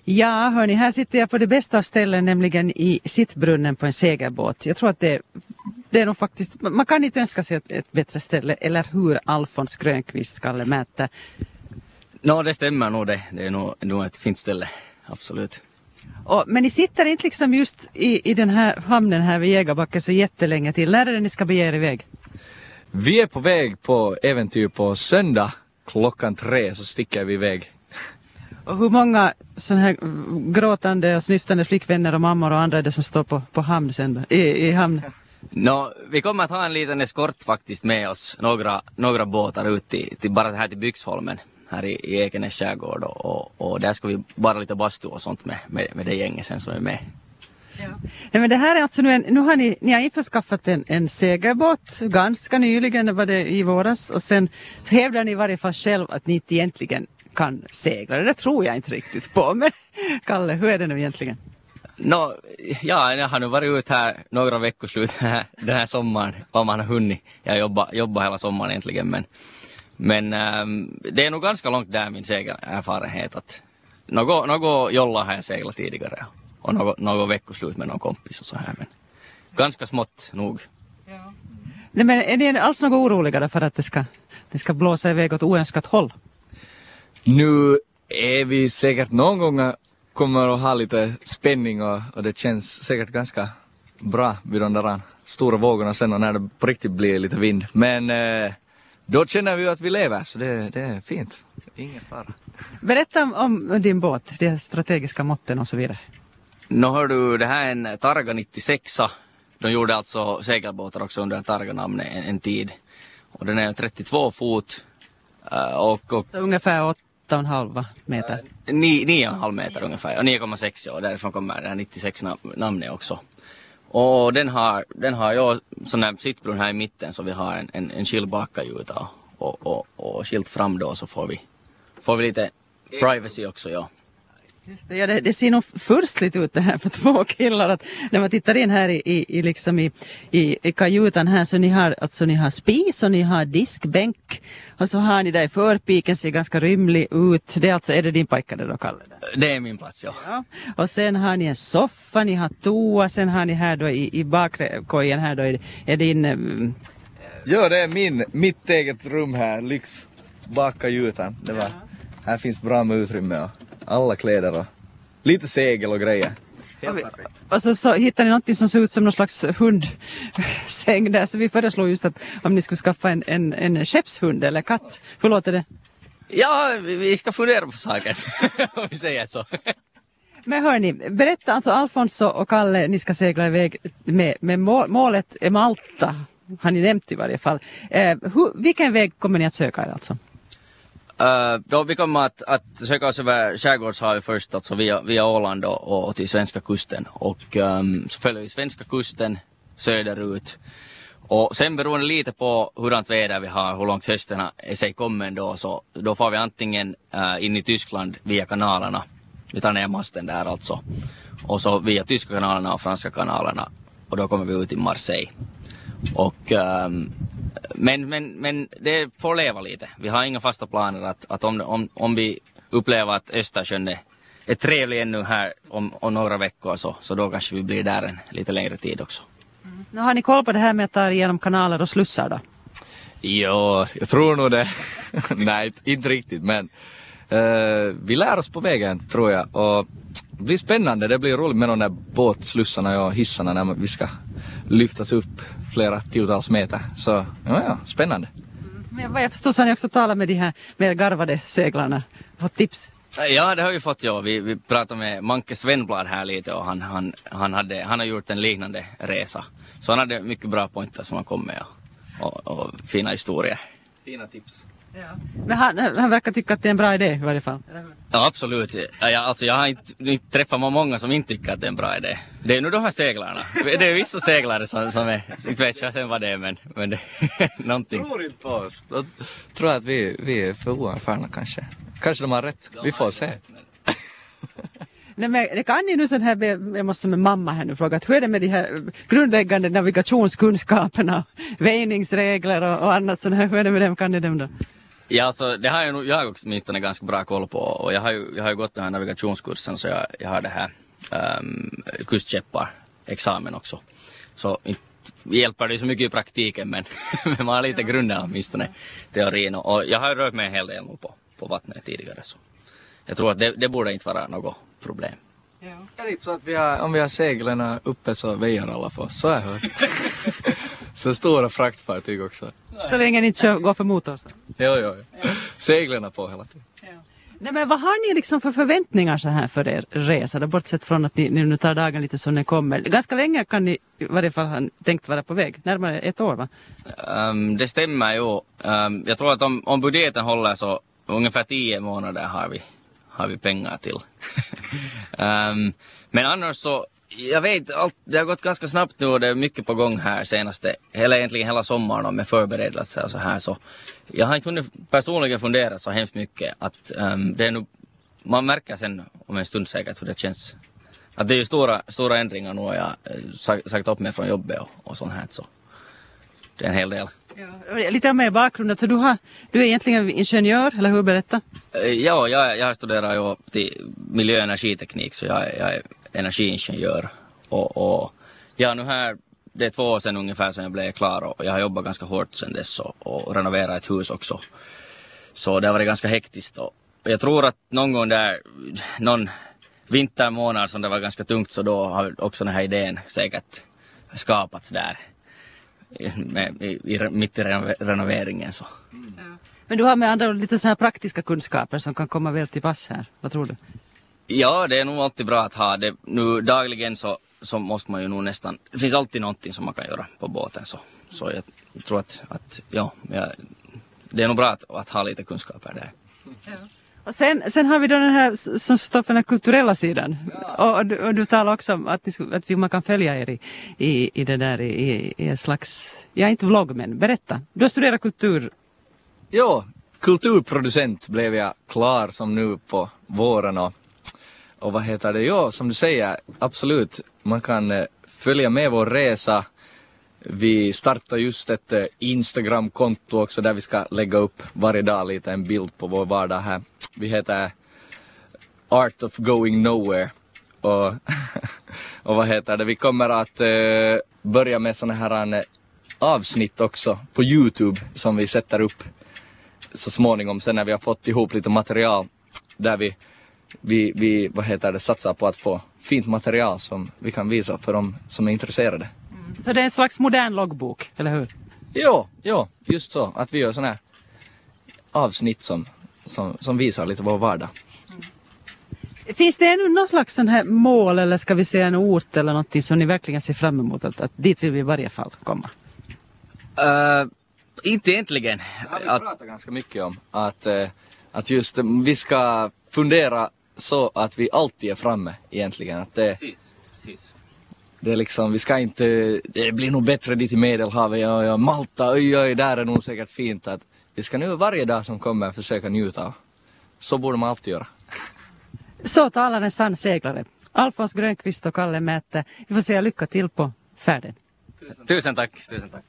Ja, hörni, här sitter jag på det bästa av ställen, nämligen i sittbrunnen på en segelbåt. Jag tror att det är nog faktiskt, man kan inte önska sig ett bättre ställe, eller hur, Alfons Grönqvist, Kalle Mätä? Det stämmer nog det. Det är nog ett fint ställe, absolut. Men ni sitter inte liksom just i den här hamnen här vid Jägarbacken så jättelänge till. När är det ni ska bege er iväg? Vi är på väg på äventyr på söndag. 3:00 så sticker vi iväg. Och hur många sådana här gråtande och snyftande flickvänner och mammor och andra är det som står på hamn sen då, i hamn? Vi kommer att ha en liten eskort faktiskt med oss. Några båtar ut till bara här till Byxholmen. Här i Ekenäs skärgård och där ska vi bara lite bastu och sånt med det gänget sen som är med. Ja. Nej, men det här är alltså nu har ni har införskaffat en segelbåt ganska nyligen, var det i våras, och sen hävdar ni i varje fall själv att ni inte egentligen kan segla. Det tror jag inte riktigt på, men Kalle, hur är det nu egentligen? Jag har nu varit ut här några veckoslut den här sommaren om man har hunnit. Jag jobbar hela sommaren egentligen, men det är nog ganska långt där min segelerfarenhet att något jolla har jag seglat tidigare och något veckoslut med någon kompis och så här, men ganska smått nog. Ja. Nej, men är ni alls något oroligare för att det ska blåsa iväg åt oönskat håll? Nu är vi säkert någon gång kommer att ha lite spänning och det känns säkert ganska bra vid de där stora vågorna sen och när det på riktigt blir lite vind. Men då känner vi att vi lever, så det är fint. Ingen fara. Berätta om din båt, de strategiska måtten och så vidare. Hör du, det här är en Targa 96. De gjorde alltså segelbåtar också under Targa-namnet en tid. Och den är 32 fot. Så ungefär 8,5 meter. 9,5 meter ungefär. Och 9,6 och därifrån kommer det här 96-namnet också. Och den har ju sån här sittbrunn här i mitten, så vi har en skild bakkajut och skilt fram då, så får vi lite privacy också, ja. Just det, ja, det ser nog förstligt ut det här för två killar, att när man tittar in här i kajutan här, så ni har spis och ni har diskbänk och så har ni där i förpiken, ser ganska rymlig ut. Det är alltså, är det din pojkare då, Kalle? Det är min plats, ja. Och sen har ni en soffa, ni har toa, sen har ni här då i bakkojen här då är din... Ja, det är mitt eget rum här, lyx bakkajutan. Här finns bra med utrymme och alla kläder och lite segel och grejer. Och så hittar ni något som ser ut som någon slags hundsäng där, så vi föreslår just att om ni skulle skaffa en skeppshund eller katt. Hur låter det? Ja, vi ska fundera på saken om vi säger så. Men hörni, berätta, alltså Alfons och Kalle, ni ska segla iväg med målet är Malta, har ni nämnt i varje fall. Vilken väg kommer ni att söka er alltså? Då vi kommer att söka oss över skärgårdshavet först, alltså via Åland och till svenska kusten. Och så följer vi svenska kusten söderut. Och sen beroende lite på hurdant väder vi har, hur långt hösten är sig kommen då, så då får vi antingen in i Tyskland via kanalerna. Vi tar ner masten där alltså. Och så via tyska kanalerna och franska kanalerna. Och då kommer vi ut i Marseille. Och men det får leva lite. Vi har inga fasta planer att om vi upplever att Östersjön är trevlig ännu här om några veckor, så då kanske vi blir där en lite längre tid också. Nu har ni koll på det här med att ta igenom kanaler och slussar då? Ja, jag tror nog det. Nej, inte riktigt, men vi lär oss på vägen, tror jag. Och det blir spännande, det blir roligt med de där båtslussarna och hissarna när vi ska lyftas upp flera tiotals meter. Så ja, spännande. Men vad jag förstår så har ni också talat med de här mer garvade seglarna, fått tips? Ja, det har vi fått, ja. Vi pratade med Manke Svenblad här lite och han har gjort en liknande resa. Så han hade mycket bra pointer som han kom med och fina historier. Fina tips. Ja. Men han verkar tycka att det är en bra idé i varje fall. Ja, absolut. Jag har inte träffat många som inte tycker att det är en bra idé. Det är nu de här seglarna. Det är vissa seglare som är, inte vet jag sen vad det är, men det är någonting. Jag tror inte på oss. Jag tror att vi är för oerfarna kanske. Kanske de har rätt. Vi får se. Nej, men det kan ju nu sån här, jag måste med mamma här nu fråga, hur är det med de här grundläggande navigationskunskaperna, väjningsregler och annat sånt här, hur är det med dem, kan ni dem då? Ja, alltså, det har jag också åtminstone ganska bra koll på, och jag har ju gått den här navigationskursen, så jag har det här kustkäppar-examen också. Så inte hjälper det så mycket i praktiken, men man har lite grunder åtminstone teorin, och jag har rört mig en hel del nu på vattnet tidigare, så jag tror att det borde inte vara något problem. Ja. Är det inte så att om vi har seglarna uppe så väjar alla för oss? Så har jag hört. Så stora fraktfartyg också. Så länge ni inte går för motor. Så. Jo. Seglarna på hela tiden. Ja. Nej, men vad har ni liksom för förväntningar så här för er resa? Då, bortsett från att ni nu tar dagen lite som ni kommer. Ganska länge kan ni i varje fall ha tänkt vara på väg. Närmare ett år, va? Det stämmer ju. Jag tror att om budgeten håller så ungefär 10 månader har vi pengar till. Men annars så, jag vet, det har gått ganska snabbt nu och det är mycket på gång här senaste, egentligen hela sommaren med förberedelser och så här, så jag har inte hunnit personligen fundera så hemskt mycket att det är nog, man märker sen om en stund säkert hur det känns. Att det är ju stora ändringar nu, och jag har sagt upp mig från jobbet och sånt här, så det är en hel del. Ja. Lite mer bakgrund, så du är egentligen ingenjör, eller hur, berätta? Ja, jag studerar ju till miljö- och energiteknik, så jag är energiingenjör, och ja, nu här, det är 2 år sedan ungefär som jag blev klar, och jag har jobbat ganska hårt sedan dess och renoverat ett hus också, så det har varit ganska hektiskt, och jag tror att någon gång där, någon vintermånad som det var ganska tungt, så då har också den här idén säkert skapats där mitt i renoveringen, så. Ja. Men du har med andra lite så här praktiska kunskaper som kan komma väl till pass här, vad tror du? Ja, det är nog alltid bra att ha det. Nu dagligen så måste man ju nog nästan, det finns alltid någonting som man kan göra på båten, så jag tror att det är nog bra att ha lite kunskaper där. Ja. Och sen har vi då den här som står för den kulturella sidan. Ja. Och du talar också om att man kan följa er i det där i en slags, inte vlogg, men berätta. Du har studerat kultur. Jo, kulturproducent blev jag klar som nu på våren, och vad heter det? Ja, som du säger, absolut. Man kan följa med vår resa. Vi startar just ett Instagram-konto också, där vi ska lägga upp varje dag lite en bild på vår vardag här. Vi heter Art of Going Nowhere. Och vad heter det? Vi kommer att börja med såna här avsnitt också på YouTube som vi sätter upp så småningom, sen när vi har fått ihop lite material där vi vad heter det, satsar på att få fint material som vi kan visa för de som är intresserade. Så det är en slags modern loggbok, eller hur? Ja, just så. Att vi gör såna här avsnitt som visar lite vår vardag. Finns det ännu någon slags sån här mål, eller ska vi säga en ort eller någonting som ni verkligen ser fram emot, att dit vill vi i varje fall komma? Inte egentligen. Det har vi pratat ganska mycket om. Att just vi ska fundera så att vi alltid är framme egentligen. Att Precis. det är liksom, vi ska inte, det blir nog bättre dit i Medelhavet och Malta, oj, där är nog säkert fint. Att vi ska nu varje dag som kommer försöka njuta av. Så borde man alltid göra. Så talar en sann seglare. Alfons Grönqvist och Kalle Mäte. Vi får säga lycka till på färden. Tusen tack.